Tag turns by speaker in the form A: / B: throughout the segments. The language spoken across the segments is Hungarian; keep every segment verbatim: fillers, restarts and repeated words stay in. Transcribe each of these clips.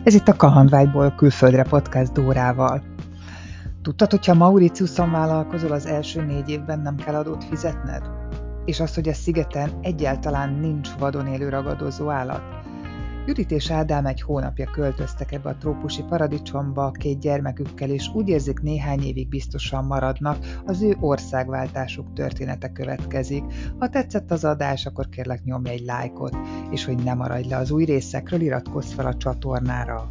A: Ez itt a Kalandvágyból külföldre podcast Dórával. Tudtad, hogyha Mauritiuson vállalkozol, az első négy évben nem kell adót fizetned? És azt, hogy a szigeten egyáltalán nincs vadon élő ragadozó állat? Judit és Ádám egy hónapja költöztek ebbe a trópusi paradicsomba két gyermekükkel, és úgy érzik, néhány évig biztosan maradnak, az ő országváltásuk története következik. Ha tetszett az adás, akkor kérlek nyomj egy lájkot, és hogy ne maradj le az új részekről, iratkozz fel a csatornára.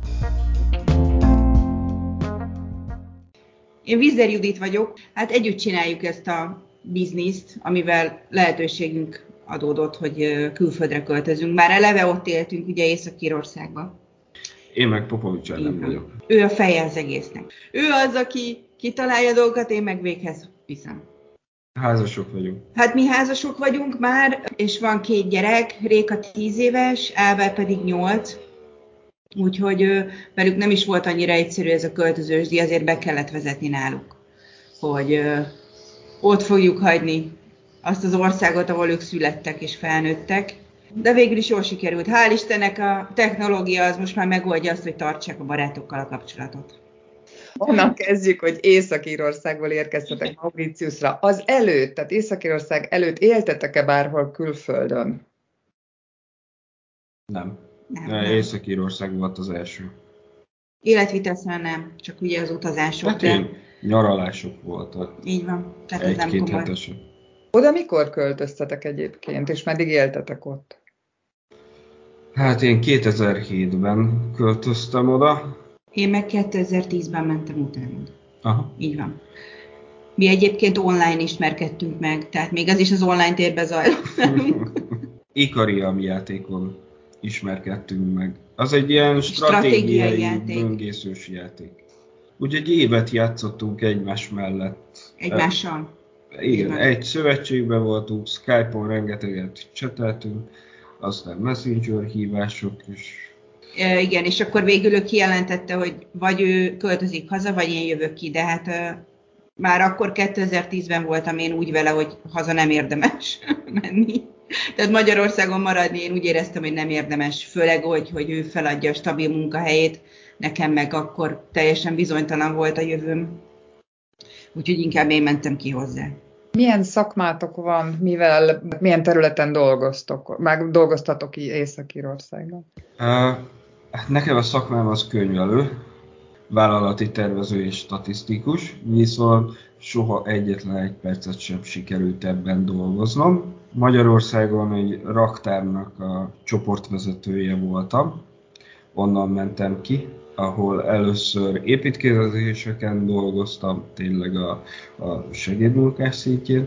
B: Én Vizder Judit vagyok, hát együtt csináljuk ezt a bizniszt, amivel lehetőségünk adódott, hogy külföldre költözünk. Már eleve ott éltünk, ugye Észak-Írországban.
C: Én meg Popovics Ádám vagyok.
B: Ő a feje az egésznek. Ő az, aki kitalálja dolgokat, én meg véghez viszem.
C: Házasok vagyunk.
B: Hát mi házasok vagyunk már, és van két gyerek, Réka tíz éves, Ábel pedig nyolc. Úgyhogy ő, velük nem is volt annyira egyszerű ez a költözősdi, azért be kellett vezetni náluk, hogy ö, ott fogjuk hagyni azt az országot, ahol ők születtek és felnőttek. De végül is jól sikerült. Hál' Istennek a technológia az most már megoldja azt, hogy tartsák a barátokkal a kapcsolatot.
D: Onnan kezdjük, hogy Észak-Írországból érkeztetek Mauritiusra. Az előtt, tehát Észak-Írország előtt éltetek-e bárhol külföldön?
C: Nem.
B: Nem,
C: nem.
B: nem.
C: Észak-Írország volt az első.
B: Életviteszben nem, csak ugye az utazások.
C: Hát én, nyaralások voltak.
B: Így van. Tehát ez nem
C: Egy-két
B: komoly.
C: hetesek.
D: Oda mikor költöztetek egyébként, és meddig éltetek ott?
C: Hát én kétezer-hétben költöztem oda.
B: Én meg kétezer-tízben mentem utána.
C: Aha.
B: Így van. Mi egyébként online ismerkedtünk meg, tehát még az is az online térbe zajlott velünk.
C: Ikariam játékon ismerkedtünk meg. Az egy ilyen
B: Stratégiai
C: stratégiai,
B: játék.
C: böngészős játék. Úgy egy évet játszottunk egymás mellett.
B: Egymással.
C: Igen, egy szövetségben voltunk, Skype-on rengeteget cseteltünk, aztán Messenger hívások is.
B: E, igen, és akkor végül ő kijelentette, hogy vagy ő költözik haza, vagy én jövök ki, de hát e, már akkor kétezer-tízben voltam én úgy vele, hogy haza nem érdemes menni. Tehát Magyarországon maradni én úgy éreztem, hogy nem érdemes, főleg hogy, hogy ő feladja a stabil munkahelyét, nekem meg akkor teljesen bizonytalan volt a jövőm. Úgyhogy inkább én mentem ki hozzá.
D: Milyen szakmátok van, mivel, milyen területen dolgoztok, meg dolgoztatok így Észak-Írországban?
C: Uh, nekem a szakmám az könyvelő, vállalati tervező és statisztikus, viszont soha egyetlen egy percet sem sikerült ebben dolgoznom. Magyarországon egy raktárnak a csoportvezetője voltam, onnan mentem ki, ahol először építkezéseken dolgoztam, tényleg a, a segédmunkás szintjén.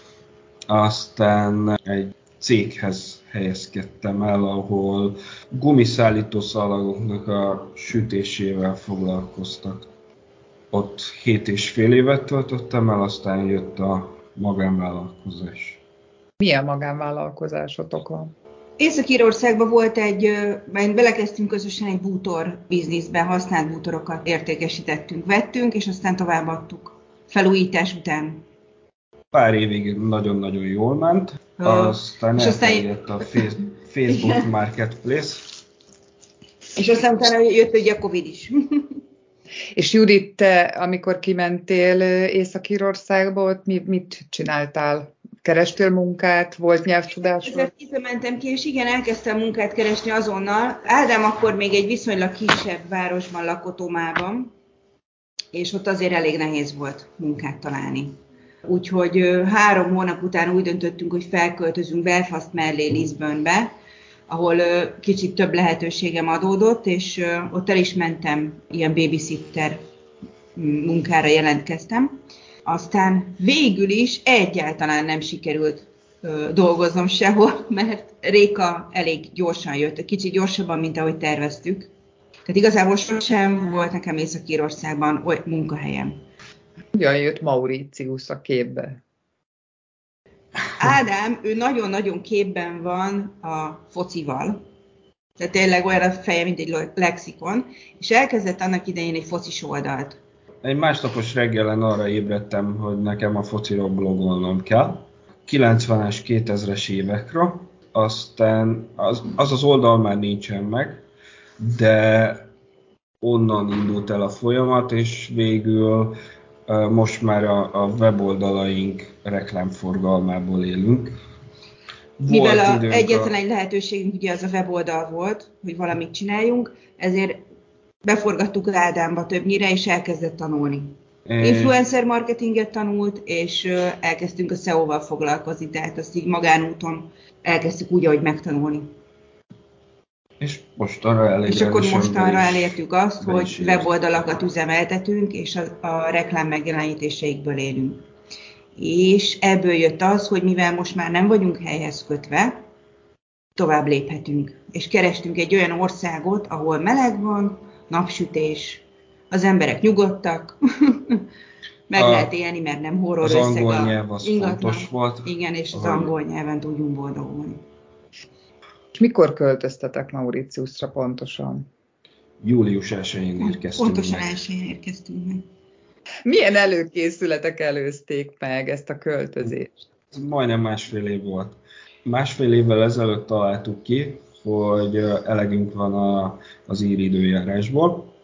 C: Aztán egy céghez helyezkedtem el, ahol gumiszállító szalagoknak a sütésével foglalkoztak. Ott hét és fél évet töltöttem el, aztán jött a magánvállalkozás.
D: Milyen magánvállalkozásotok van?
B: Észak-Írországban volt egy, mert belekezdtünk közösen egy bútor bizniszbe, használt bútorokat értékesítettünk, vettünk, és aztán továbbadtuk felújítás után.
C: Pár évig nagyon-nagyon jól ment, aztán elterjedt a Facebook Marketplace.
B: És aztán utána jött ugye a Covid is.
D: És Judit, te, amikor kimentél Észak-Írországba, mit, mit csináltál? Kerestél munkát? Volt nyelvtudásod?
B: kétezer-tízben mentem ki, és igen, elkezdtem munkát keresni azonnal. Ádám akkor még egy viszonylag kisebb városban lakott, Omában, és ott azért elég nehéz volt munkát találni. Úgyhogy három hónap után úgy döntöttünk, hogy felköltözünk Belfast mellé Lisbonbe, ahol kicsit több lehetőségem adódott, és ott el is mentem, ilyen babysitter munkára jelentkeztem. Aztán végül is egyáltalán nem sikerült ö, dolgoznom sehol, mert Réka elég gyorsan jött, kicsit gyorsabban, mint ahogy terveztük. Tehát igazából sosem volt nekem Észak-Írországban oly munkahelyem.
D: Hogyan jött Mauritius a képbe?
B: Ádám, ő nagyon-nagyon képben van a focival. Tehát tényleg olyan a feje, mint egy lexikon, és elkezdett annak idején egy focis oldalt.
C: Egy másnapos reggelen arra ébredtem, hogy nekem a fociról blogolnom kell. kilencvenes, kétezres évekről, aztán az, az az oldal már nincsen meg, de onnan indult el a folyamat, és végül most már a, a weboldalaink reklámforgalmából élünk.
B: Volt Mivel a, egyetlen a... egy lehetőségünk ugye az a weboldal volt, hogy valamit csináljunk, ezért beforgattuk Ádámba többnyire, és elkezdett tanulni. É... Influencer marketinget tanult, és elkezdtünk a es e o-val foglalkozni, tehát azt így magánúton elkezdtük úgy, ahogy megtanulni.
C: És mostanra elég
B: És akkor mostanra elértük azt, hogy weboldalakat
C: értem.
B: üzemeltetünk, és a, a reklám megjelenítéseikből élünk. És ebből jött az, hogy mivel most már nem vagyunk helyhez kötve, tovább léphetünk. És kerestünk egy olyan országot, ahol meleg van, napsütés, az emberek nyugodtak, meg a, lehet élni, mert nem horror
C: az
B: összeg
C: angol nyelv az fontos volt.
B: Igen, és az angol nyelven tudjunk boldogulni.
D: És mikor költöztetek Mauritiusra pontosan?
C: július elsején érkeztünk
B: Pontosan
C: meg.
B: elsején érkeztünk meg.
D: Milyen előkészületek előzték meg ezt a költözést?
C: Ez majdnem másfél év volt. Másfél évvel ezelőtt találtuk ki, hogy elegünk van a, az ír időjárásból,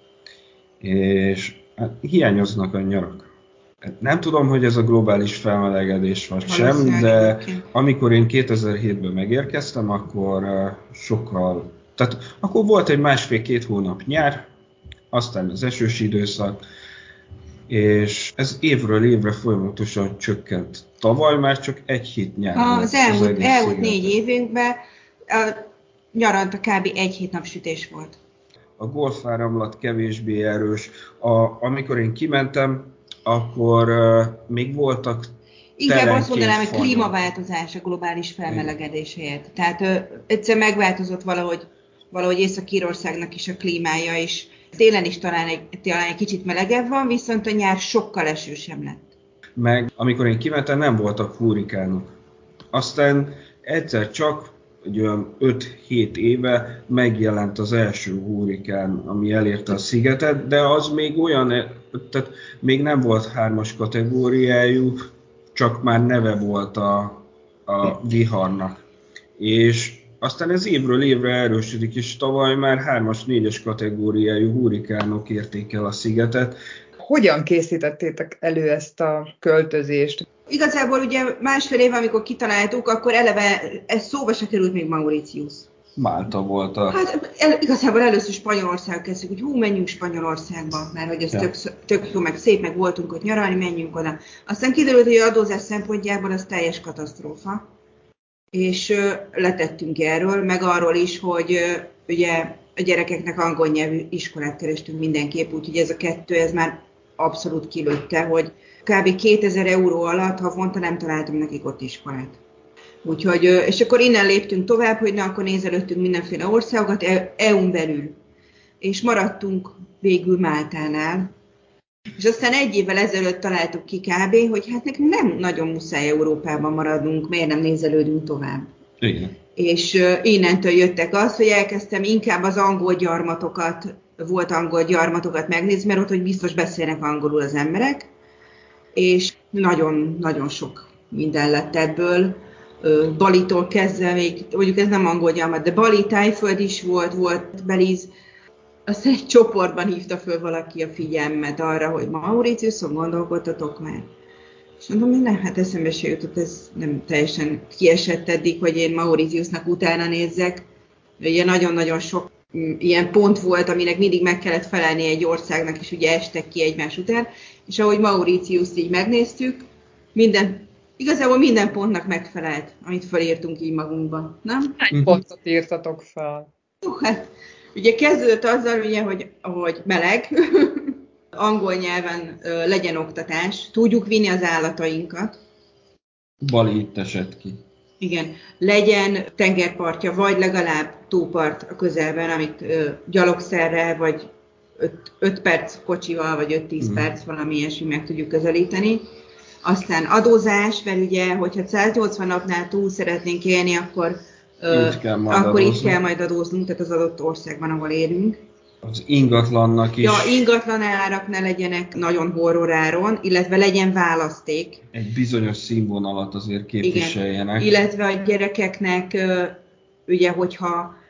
C: és hát hiányoznak a nyarak. Nem tudom, hogy ez a globális felmelegedés vagy sem, de amikor én kétezer-hétben megérkeztem, akkor sokkal, tehát akkor volt egy másfél-két hónap nyár, aztán az esős időszak, és ez évről évre folyamatosan csökkent. Tavaly már csak egy hét nyár volt.
B: Az elmúlt, az elmúlt négy évünkben a nyaranta kb. egy hét napsütés volt.
C: A golfáramlat kevésbé erős. A, amikor én kimentem, akkor uh, még voltak
B: Inkább azt mondanám, hogy klímaváltozás a globális felmelegedés helyett. Tehát ö, egyszer megváltozott valahogy, valahogy Észak-Írországnak is a klímája, és télen is talán egy, talán egy kicsit melegebb van, viszont a nyár sokkal esősebb lett.
C: Meg amikor én kimentem, nem voltak hurrikánok. Aztán egyszer csak, egy olyan öt-hét éve megjelent az első hurrikán, ami elérte a szigetet, de az még olyan, tehát még nem volt hármas kategóriájú, csak már neve volt a, a viharnak. És aztán ez évről évre erősödik, és tavaly már hármas, négyes kategóriájú hurrikánok érték el a szigetet.
D: Hogyan készítettétek elő ezt a költözést?
B: Igazából ugye másfél év, amikor kitaláltuk, akkor eleve ez szóba se került még Mauritius.
C: Málta volt a...
B: Hát el, igazából először Spanyolország kezdtük, hogy hú, menjünk Spanyolországba, mert hogy ez ja. tök, tök jó, meg szép, meg voltunk ott nyaralni, menjünk oda. Aztán kiderült, hogy az adózás szempontjából az teljes katasztrófa. És ö, letettünk erről, meg arról is, hogy ö, ugye a gyerekeknek angol nyelvű iskolát kerestünk mindenképp, úgyhogy ez a kettő, ez már abszolút kilőtte, hogy kb. kétezer euró alatt havonta nem találtam nekik ott iskolát. Úgyhogy, és akkor innen léptünk tovább, hogy na, akkor nézelődtünk mindenféle országokat é u-n belül. És maradtunk végül Máltánál. És aztán egy évvel ezelőtt találtuk ki kb., hogy hát nekünk nem nagyon muszáj Európában maradnunk, miért nem nézelődünk tovább.
C: Igen.
B: És uh, innentől jöttek az, hogy elkezdtem inkább az angol gyarmatokat, volt angol gyarmatokat megnézni, mert ott, hogy biztos beszélnek angolul az emberek, és nagyon-nagyon sok minden lett ebből. Uh, Balitól kezdve, még, mondjuk ez nem angol gyarmat, de Bali, Tájföld is volt, volt Belize. Aztán egy csoportban hívta föl valaki a figyelmet arra, hogy Mauritiuson gondolkodtatok már. És mondom, hogy nem, hát eszembe se jutott, ez nem teljesen kiesett eddig, hogy én Mauritiusnak utána nézzek. Ugye nagyon-nagyon sok ilyen pont volt, aminek mindig meg kellett felelni egy országnak, és ugye estek ki egymás után. És ahogy Mauritiust így megnéztük, minden, igazából minden pontnak megfelelt, amit felírtunk így magunkba, nem?
D: Hány pontot írtatok fel?
B: Jó, hát ugye kezdődött azzal, ugye, hogy, hogy meleg, angol nyelven ö, legyen oktatás, tudjuk vinni az állatainkat.
C: Bali itt esett ki.
B: Igen, legyen tengerpartja, vagy legalább tópart a közelben, amit ö, gyalogszerrel, vagy öt perc kocsival, vagy öt-tíz mm. perc, valami ilyesmi meg tudjuk közelíteni. Aztán adózás, mert ugye, hogyha száznyolcvan napnál túl szeretnénk élni, akkor
C: Itt kell
B: majd akkor adóznunk. Itt kell majd adóznunk, tehát az adott országban, ahol élünk.
C: Az ingatlannak is.
B: Ja, ingatlan árak ne legyenek nagyon horror áron, illetve legyen választék.
C: Egy bizonyos színvonalat azért képviseljenek.
B: Igen. Illetve a gyerekeknek, ugye, hogyha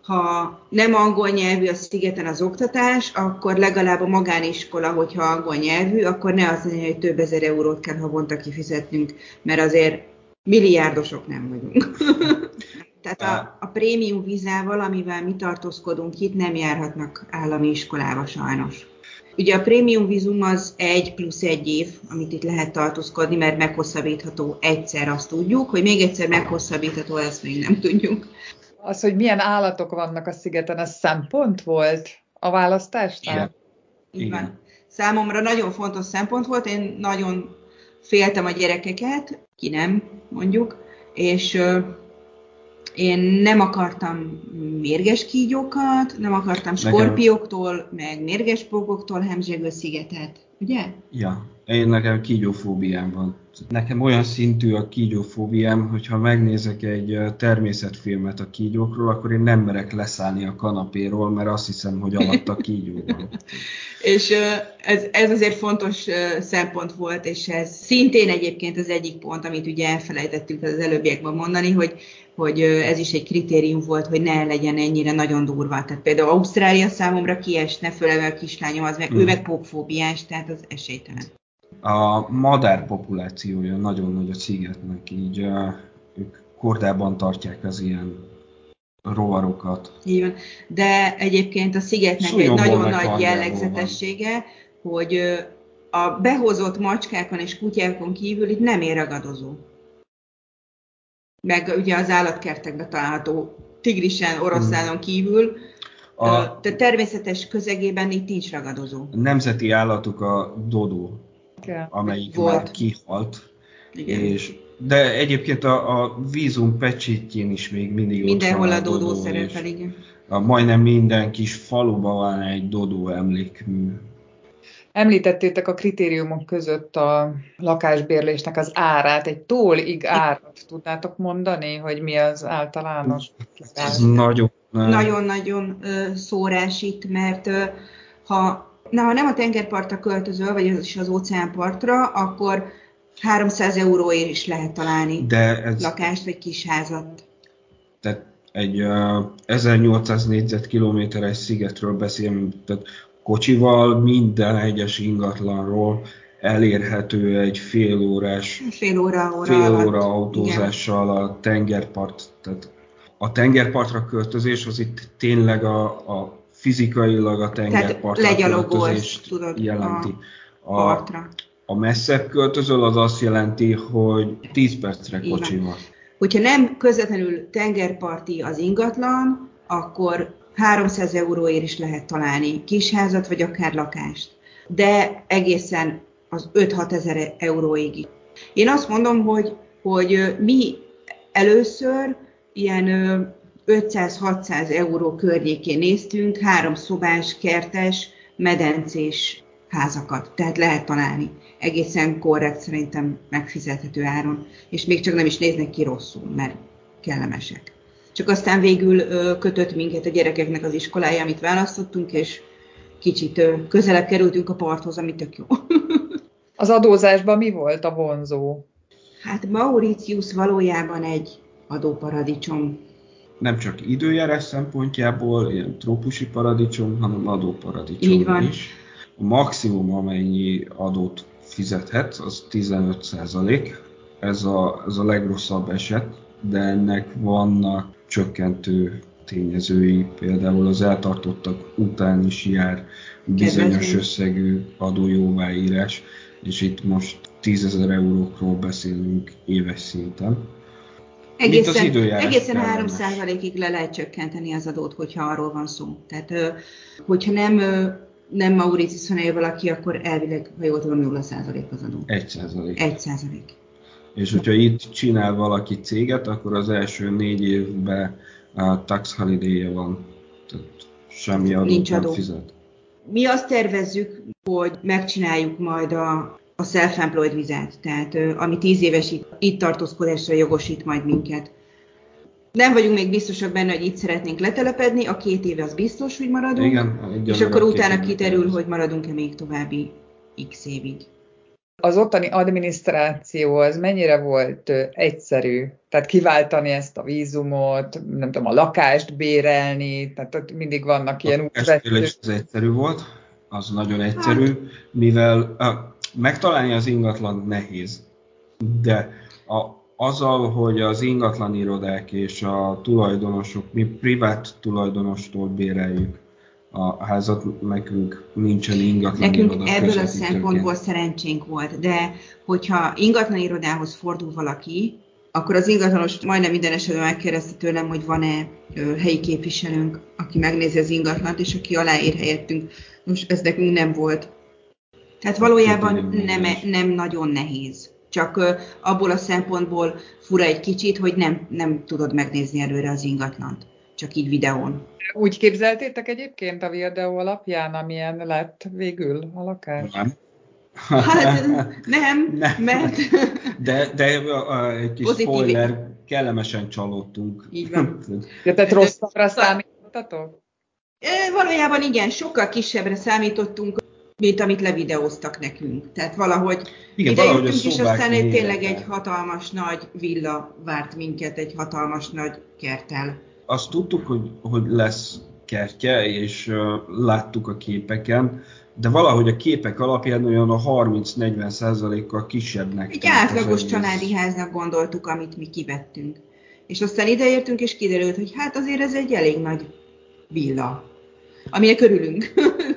B: ha nem angol nyelvű a szigeten az oktatás, akkor legalább a magániskola, hogyha angol nyelvű, akkor ne azt mondja, hogy több ezer eurót kell havonta kifizetnünk, mert azért milliárdosok nem vagyunk. Tehát a, a prémium vízával, amivel mi tartózkodunk itt, nem járhatnak állami iskolába sajnos. Ugye a prémium vízum az egy plusz egy év, amit itt lehet tartózkodni, mert meghosszabbítható egyszer, azt tudjuk, hogy még egyszer meghosszabbítható, ezt még nem tudjuk.
D: Az, hogy milyen állatok vannak a szigeten, az szempont volt a választásnál?
C: Igen.
B: Így
C: Igen.
B: van. Számomra nagyon fontos szempont volt, én nagyon féltem a gyerekeket, ki nem, mondjuk, és ö, én nem akartam mérges kígyókat, nem akartam skorpióktól, meg mérges pókoktól hemzsegő szigetet, ugye?
C: Ja, én nekem kígyófóbiám van. Nekem olyan szintű a kígyófóbiám, hogyha megnézek egy természetfilmet a kígyókról, akkor én nem merek leszállni a kanapéról, mert azt hiszem, hogy alatt a kígyó van.
B: És ez, ez azért fontos szempont volt, és ez szintén egyébként az egyik pont, amit ugye elfelejtettünk az előbbiekben mondani, hogy, hogy ez is egy kritérium volt, hogy ne legyen ennyire nagyon durva. Tehát például Ausztrália számomra kiesne, főleg a kislányom, az meg, hmm. ő meg pókfóbiás, tehát az esélytelen.
C: A madár populációja nagyon nagy a szigetnek, így uh, ők kordában tartják az ilyen rovarokat.
B: Így van. De egyébként a szigetnek
C: Súlyomból
B: egy nagyon
C: meg
B: nagy
C: hangából
B: jellegzetessége, hogy a behozott macskákon és kutyákon kívül itt nem ér ragadozó. Meg ugye az állatkertekben található tigrisen, oroszlánon kívül, a, tehát természetes közegében itt nincs ragadozó.
C: A nemzeti állatuk a dodó,
D: Igen.
C: amelyik
B: Volt.
C: már kihalt.
B: Igen.
C: És, de egyébként a, a vízum pecsítjén is még mindig
B: Mindenhol
C: ott van
B: a dodó
C: dodó,
B: szerepel,
C: és
B: igen.
C: a, majdnem minden kis faluban van egy dodó emlékmű.
D: Említettétek a kritériumok között a lakásbérlésnek az árát. Egy tólig árat tudnátok mondani, hogy mi az általános?
C: Ez nagyon...
B: Nagyon-nagyon ö, szórás itt, mert ö, ha, na, ha nem a tengerpartra költözöl, vagy az is az óceánpartra, akkor háromszáz euróért is lehet találni
C: De ez,
B: lakást vagy kisházat.
C: tehát egy uh, ezernyolcszáz négyzetkilométeres szigetről beszélünk, tehát kocsival minden egyes ingatlanról elérhető egy fél órás,
B: Fél óra, óra
C: fél
B: alatt.
C: óra autózással a tengerpart. Tehát a tengerpartra költözés az itt tényleg a, a fizikailag a tengerpartra költözést
B: tudod,
C: jelenti.
B: A partra.
C: A, a messzebb költözöl az azt jelenti, hogy tíz percre kocsival.
B: Hogyha nem közvetlenül tengerparti az ingatlan, akkor háromszáz euróért is lehet találni kisházat, vagy akár lakást. De egészen az öt-hat ezer euróig. Én azt mondom, hogy, hogy mi először ilyen ötszáz-hatszáz euró környékén néztünk három szobás, kertes, medencés házakat. Tehát lehet találni. Egészen korrekt, szerintem megfizethető áron. És még csak nem is néznek ki rosszul, mert kellemesek. Csak aztán végül ö, kötött minket a gyerekeknek az iskolája, amit választottunk, és kicsit ö, közelebb kerültünk a parthoz, ami tök jó.
D: Az adózásban mi volt a vonzó?
B: Hát Mauritius valójában egy adóparadicsom.
C: Nem csak időjárás szempontjából, ilyen trópusi paradicsom, hanem adóparadicsom
B: Így van.
C: is. A maximum, amennyi adót fizethet, az tizenöt százalék. Ez a, ez a legrosszabb eset, de ennek vannak csökkentő tényezői, például az eltartottak után is jár bizonyos
B: Kedvezmény.
C: összegű adójóváírás, és itt most tízezer eurókról beszélünk éves szinten.
B: Egészen, egészen három százalékig le lehet csökkenteni az adót, hogyha arról van szó. Tehát, hogyha nem, nem Mauritiuson él valaki, akkor elvileg, ha jól tudom, nulla százalék az adó.
C: egy százalék.
B: egy százalék.
C: És hogyha itt csinál valaki céget, akkor az első négy évben a tax holiday-je van. Tehát semmi adót
B: Nincs
C: nem
B: adó.
C: fizet.
B: Mi azt tervezzük, hogy megcsináljuk majd a, a self-employed vizát, tehát ami tíz éves itt, itt tartózkodásra jogosít majd minket. Nem vagyunk még biztosak benne, hogy itt szeretnénk letelepedni, a két éve az biztos, hogy maradunk,
C: Igen,
B: és akkor utána
C: két
B: kiterül, hogy maradunk-e még további x évig.
D: Az ottani adminisztráció az mennyire volt egyszerű? Tehát kiváltani ezt a vízumot, nem tudom, a lakást bérelni, tehát ott mindig vannak ilyen útvesztők.
C: Ez egyszerű volt, az nagyon egyszerű, mivel a, megtalálni az ingatlan nehéz, de a, azzal, hogy az ingatlan irodák és a tulajdonosok, mi privát tulajdonostól béreljük a házat, nekünk nincsen ingatlan
B: Nekünk
C: iroda
B: ebből a szempontból szerencsénk volt, de hogyha ingatlan irodához fordul valaki, akkor az ingatlanos majdnem minden esetben megkérdezte tőlem, hogy van-e ö, helyi képviselőnk, aki megnézi az ingatlant, és aki aláír helyettünk. Most ez nekünk nem volt. Tehát valójában nem, nem nagyon nehéz. Csak ö, abból a szempontból fura egy kicsit, hogy nem, nem tudod megnézni előre az ingatlant. Csak így videón.
D: Úgy képzeltétek egyébként a videó alapján, amilyen lett végül a lakás?
C: Nem.
B: Hát nem,
C: nem.
B: mert...
C: De, de uh, egy kis pozitív. Spoiler, kellemesen csalódtunk.
B: Így van.
D: Ja, tehát rosszabbra számítottatok?
B: Valójában igen, sokkal kisebbre számítottunk, mint amit levideóztak nekünk. Tehát valahogy
C: igen,
B: idejöttünk, és aztán egy, tényleg egy hatalmas nagy villa várt minket, egy hatalmas nagy kerttel.
C: Azt tudtuk, hogy, hogy lesz kertje, és uh, láttuk a képeken, de valahogy a képek alapján olyan a harminc-negyven százalékkal kisebbnek.
B: Egy átlagos családi háznak gondoltuk, amit mi kivettünk. És aztán ideértünk, és kiderült, hogy hát azért ez egy elég nagy villa, amire körülünk.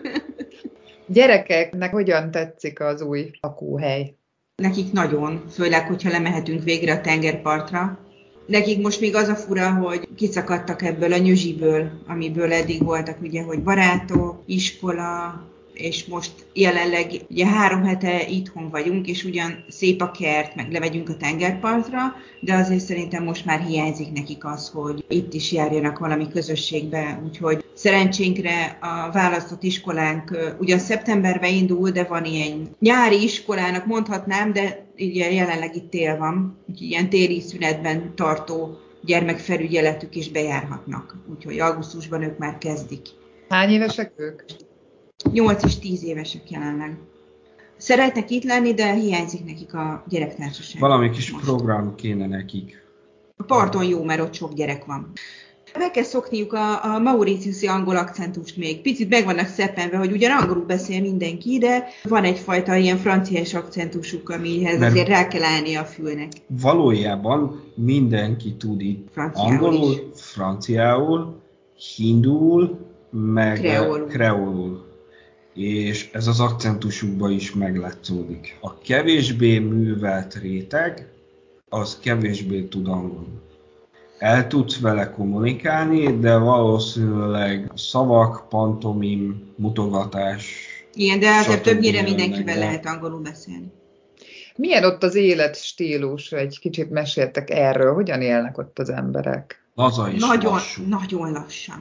D: Gyerekeknek hogyan tetszik az új lakóhely?
B: Nekik nagyon, főleg, hogyha lemehetünk végre a tengerpartra. Nekik most még az a fura, hogy kiszakadtak ebből a nyüzsiből, amiből eddig voltak, ugye, hogy barátok, iskola, és most jelenleg ugye három hete itthon vagyunk, és ugyan szép a kert, meg levegyünk a tengerpartra, de azért szerintem most már hiányzik nekik az, hogy itt is járjanak valami közösségbe, úgyhogy szerencsénkre a választott iskolánk ugyan szeptemberben indul, de van ilyen nyári iskolának mondhatnám, de ugye jelenleg itt tél van, úgyhogy ilyen téli szünetben tartó gyermekfelügyeletük is bejárhatnak, úgyhogy augusztusban ők már kezdik.
D: Hány évesek ők?
B: nyolc és tíz évesek jelenleg. Szeretnek itt lenni, de hiányzik nekik a gyerektársaság.
C: Valami kis most. Program kéne nekik.
B: A parton jó, mert ott sok gyerek van. Meg kell szokniuk a, a mauritiuszi angol akcentust még. Picit meg vannak szeppenve, hogy ugyan angolul beszél mindenki, de van egyfajta ilyen franciás akcentusuk, amihez mert azért rá kell állni a fülnek.
C: Valójában mindenki tud itt
B: franciául
C: angolul,
B: is.
C: franciául, hindul, meg
B: kreolul.
C: kreolul. És ez az akcentusukban is meglátszódik. A kevésbé művelt réteg, az kevésbé tud angolul. El tudsz vele kommunikálni, de valószínűleg szavak, pantomim, mutogatás...
B: Igen, de azért többnyire mindenkivel de... lehet angolul beszélni.
D: Milyen ott az életstílus? Egy kicsit meséltek erről. Hogyan élnek ott az emberek?
C: Laza és
B: nagyon,
C: lassú.
B: Nagyon lassan.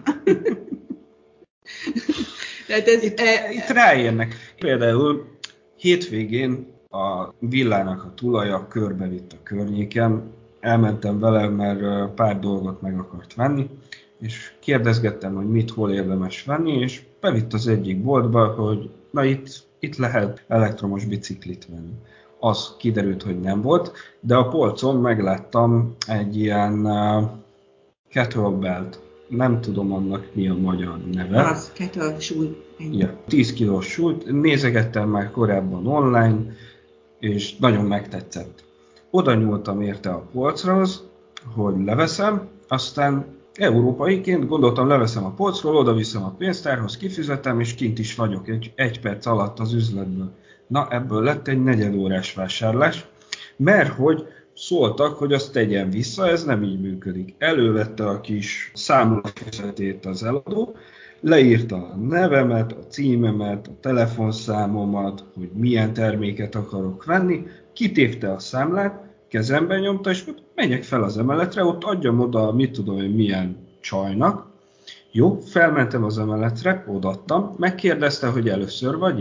B: Tehát ez,
C: itt,
B: e...
C: itt ráérnek. Például hétvégén a villának a tulaja körbevitt a környéken, elmentem vele, mert pár dolgot meg akart venni, és kérdezgettem, hogy mit, hol érdemes venni, és bevitt az egyik boltba, hogy na itt, itt lehet elektromos biciklit venni. Az kiderült, hogy nem volt, de a polcon megláttam egy ilyen uh, kettlebellt. Nem tudom annak mi a magyar neve.
B: Az, kettle súly.
C: Ja, tíz kilós súlyt. Nézegettem már korábban online, és nagyon megtetszett. Oda nyúltam érte a polchoz, hogy leveszem, aztán európaiként gondoltam, leveszem a polcról, oda viszem a pénztárhoz, kifizetem, és kint is vagyok egy, egy perc alatt az üzletből. Na, ebből lett egy negyedórás vásárlás, mert hogy szóltak, hogy azt tegyen vissza, ez nem így működik. Elővette a kis számlafizetét az eladó, leírta a nevemet, a címemet, a telefonszámomat, hogy milyen terméket akarok venni, kitépte a számlát, kezemben nyomta, és mondta, menjek fel az emeletre, ott adjam oda, mit tudom én, milyen csajnak. Jó, felmentem az emeletre, odaadtam, megkérdezte, hogy először vagy itt?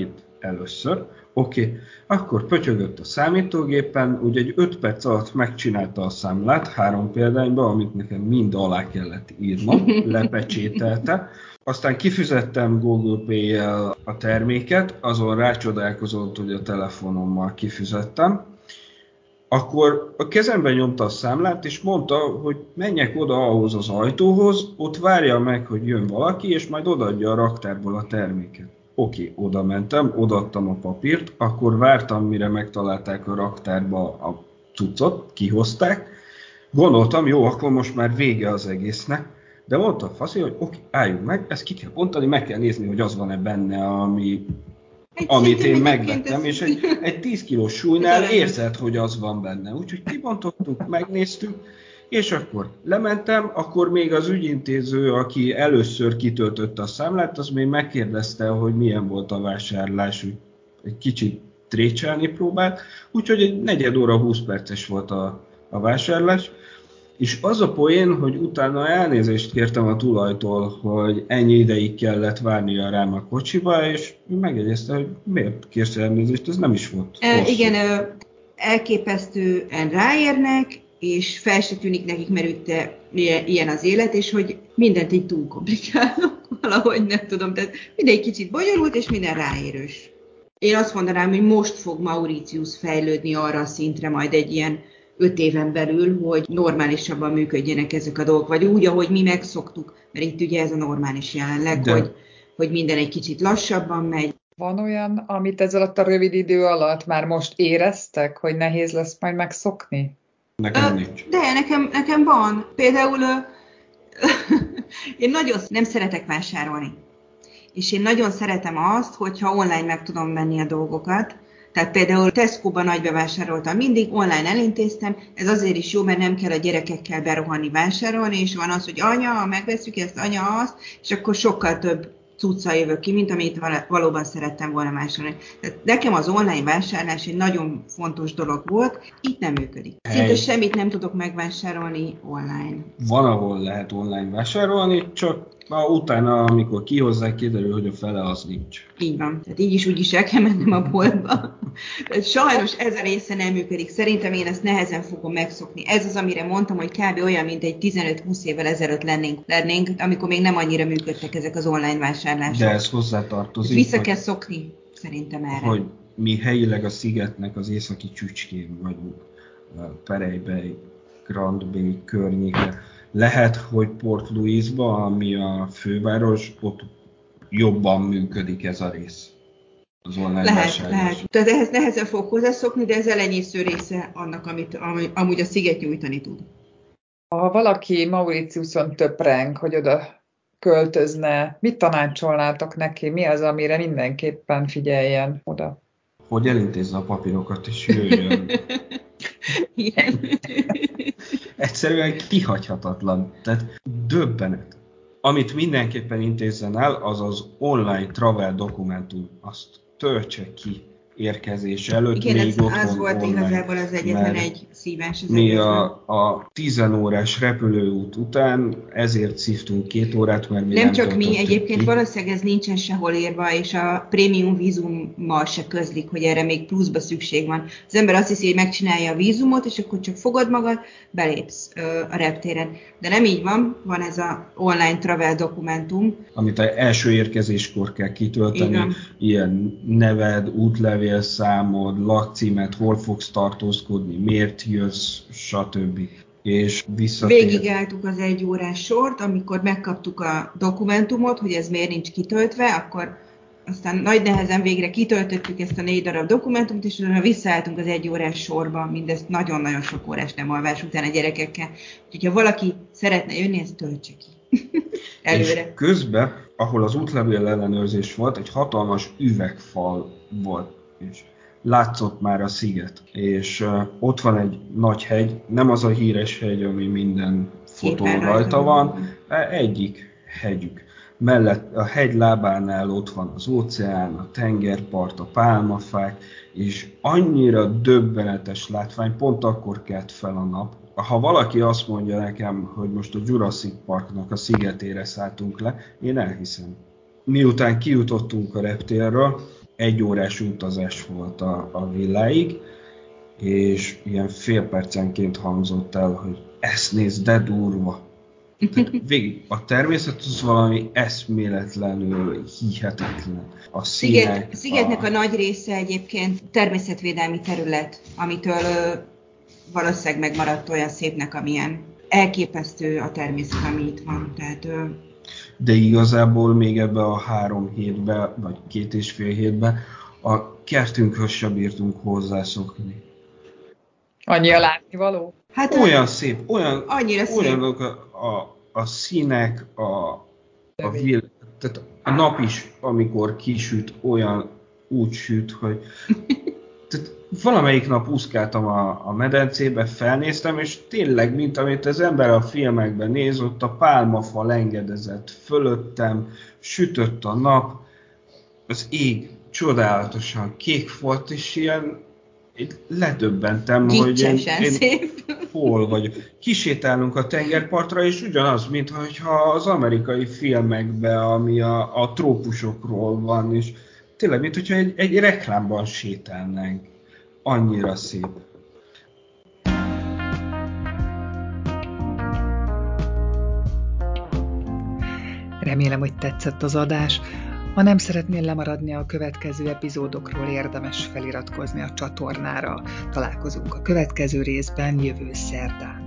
C: először. Oké, okay. Akkor pötyögött a számítógépen, úgy egy öt perc alatt megcsinálta a számlát három példányba, amit nekem mind alá kellett írnom, lepecsételte. Aztán kifizettem Google Pay-jel a terméket, azon rácsodálkozott, hogy a telefonommal kifizettem. Akkor a kezemben nyomta a számlát, és mondta, hogy menjek oda ahhoz az ajtóhoz, ott várja meg, hogy jön valaki, és majd odaadja a raktárból a terméket. Oké, oda mentem, odaadtam a papírt, akkor vártam, mire megtalálták a raktárba a cuccot, kihozták. Gondoltam, jó, akkor most már vége az egésznek, de mondta a faszi, hogy oké, álljunk meg, ezt ki kell bontani, meg kell nézni, hogy az van-e benne, ami... Egy amit én megvettem, és egy, egy tíz kilós súlynál érzed, hogy az van benne. Úgyhogy kibontottuk, megnéztük, és akkor lementem, akkor még az ügyintéző, aki először kitöltötte a számlát, az még megkérdezte, hogy milyen volt a vásárlás, úgy egy kicsit trécselni próbált, úgyhogy egy negyed óra, húsz perces volt a, a vásárlás. És az a poén, hogy utána elnézést kértem a tulajtól, hogy ennyi ideig kellett várnia rám a kocsiba, és megjegyezte, hogy miért kérsz elnézést, ez nem is volt
B: e, igen, elképesztően ráérnek, és fel se tűnik nekik, mert ütte ilyen az élet, és hogy mindent így túl komplikálnak, valahogy nem tudom, tehát mindegy kicsit bonyolult, és minden ráérős. Én azt mondanám, hogy most fog Mauritius fejlődni arra a szintre majd egy ilyen öt éven belül, hogy normálisabban működjenek ezek a dolgok, vagy úgy, ahogy mi megszoktuk, mert itt ugye ez a normális jelenleg, hogy, hogy minden egy kicsit lassabban megy.
D: Van olyan, amit ez alatt a rövid idő alatt már most éreztek, hogy nehéz lesz majd megszokni?
C: Nekem nincs.
B: De nekem, nekem van. Például én nagyon nem szeretek vásárolni. És én nagyon szeretem azt, hogyha online meg tudom venni a dolgokat. Tehát például Tesco-ban nagy bevásároltam mindig, online elintéztem, ez azért is jó, mert nem kell a gyerekekkel berohanni vásárolni, és van az, hogy anya, megveszük ezt, anya azt, és akkor sokkal több cuccal jövök ki, mint amit valóban szerettem volna vásárolni. Tehát nekem az online vásárlás egy nagyon fontos dolog volt, itt nem működik. Szinte hey. Semmit nem tudok megvásárolni online.
C: Van, ahol lehet online vásárolni, csak ma utána, amikor kihozzák, kiderül, hogy a fele az nincs.
B: Így van. Tehát így is úgy is el kell mennem a boltba. Tehát sajnos ez a része nem működik. Szerintem én ezt nehezen fogom megszokni. Ez az, amire mondtam, hogy kb. Olyan, mint egy tizenöt-húsz évvel ezelőtt lennénk, lennénk, amikor még nem annyira működtek ezek az online vásárlások.
C: De ez hozzátartozik.
B: Vissza kell szokni, szerintem erre.
C: Hogy mi helyileg a szigetnek az északi csücskén vagyunk. Perey Bay, Grand Bay környéke. Lehet, hogy Port Louisba, ami a főváros, ott jobban működik ez a rész. Az online
B: lehet,
C: vásárlás.
B: lehet. Tehát ehhez nehezen fog hozzászokni, de ez elenyésző része annak, amit ami, amúgy a sziget nyújtani tud.
D: Ha valaki Mauritiuson töpreng, hogy oda költözne, mit tanácsolnátok neki? Mi az, amire mindenképpen figyeljen oda?
C: Hogy elintézze a papírokat, és jöjjön.
B: Igen.
C: Egyszerűen kihagyhatatlan. Tehát döbbenet. Amit mindenképpen intézzen el, az az online travel dokumentum. Azt töltse ki érkezés előtt.
B: Igen,
C: még
B: ez,
C: otthon
B: az volt
C: online,
B: igazából az egyetlen egy szívás az
C: mi
B: egészben.
C: a, a tizenórás repülőút után ezért szívtunk két órát, mert mi nem
B: Nem csak mi, egyébként
C: ki.
B: valószínűleg ez nincsen sehol írva, és a prémium vízummal se közlik, hogy erre még pluszba szükség van. Az ember azt hiszi, hogy megcsinálja a vízumot, és akkor csak fogod magad, belépsz ö, a reptéren. De nem így van, van ez a online travel dokumentum.
C: Amit az első érkezéskor kell kitölteni, igen. Ilyen neved, útlevélszámod, lakcímed, hol fogsz tartózkodni, miért jössz, stb. És visszatér.
B: Végigálltuk az egy órás sort, amikor megkaptuk a dokumentumot, hogy ez miért nincs kitöltve, akkor aztán nagy nehezen végre kitöltöttük ezt a négy darab dokumentumot, és utána visszaálltunk az egy órás sorba, mindezt nagyon-nagyon sok órás nem alvás után a gyerekekkel. Úgyhogy ha valaki szeretne jönni, ezt töltse ki. Előre.
C: És közben, ahol az útlevél ellenőrzés volt, egy hatalmas üvegfal volt, és látszott már a sziget, és uh, ott van egy nagy hegy, nem az a híres hegy, ami minden fotón rajta van, egyik hegyük. Mellett a hegy lábánál ott van az óceán, a tengerpart, a pálmafák, és annyira döbbenetes látvány, pont akkor kelt fel a nap. Ha valaki azt mondja nekem, hogy most a Jurassic Parknak a szigetére szálltunk le, én elhiszem. Miután kijutottunk a reptérről, egy órás utazás volt a, a villáig, és ilyen fél percenként hangzott el, hogy ezt nézd, de durva. Tehát végig a természet az valami eszméletlenül hihetetlen. A színek,
B: Sziget, Szigetnek a... a nagy része egyébként természetvédelmi terület, amitől ö, valószínűleg megmaradt olyan szépnek, amilyen elképesztő a természet, ami itt van. Tehát, ö...
C: De igazából még ebbe a három hétbe, vagy két és fél hétbe a kertünkhöz sem bírtunk hozzászokni.
D: Annyi a látnivaló?
C: Hát olyan szép, olyan,
B: annyira
C: olyan
B: szép.
C: A, a, a színek, a, a, vil, tehát a nap is, amikor kisüt, olyan úgy süt, hogy tehát valamelyik nap úszkáltam a, a medencébe, felnéztem, és tényleg, mint amit az ember a filmekben néz, ott a pálmafa lengedezett fölöttem, sütött a nap, az ég csodálatosan kék volt, és ilyen ledöbbentem, hogy én, én hol vagyok. Kisétálunk a tengerpartra, és ugyanaz, mintha az amerikai filmekben, ami a, a trópusokról van, és tényleg, mintha egy, egy reklámban sétálnánk. Annyira szép.
A: Remélem, hogy tetszett az adás. Ha nem szeretnél lemaradni a következő epizódokról, érdemes feliratkozni a csatornára. Találkozunk a következő részben jövő szerdán.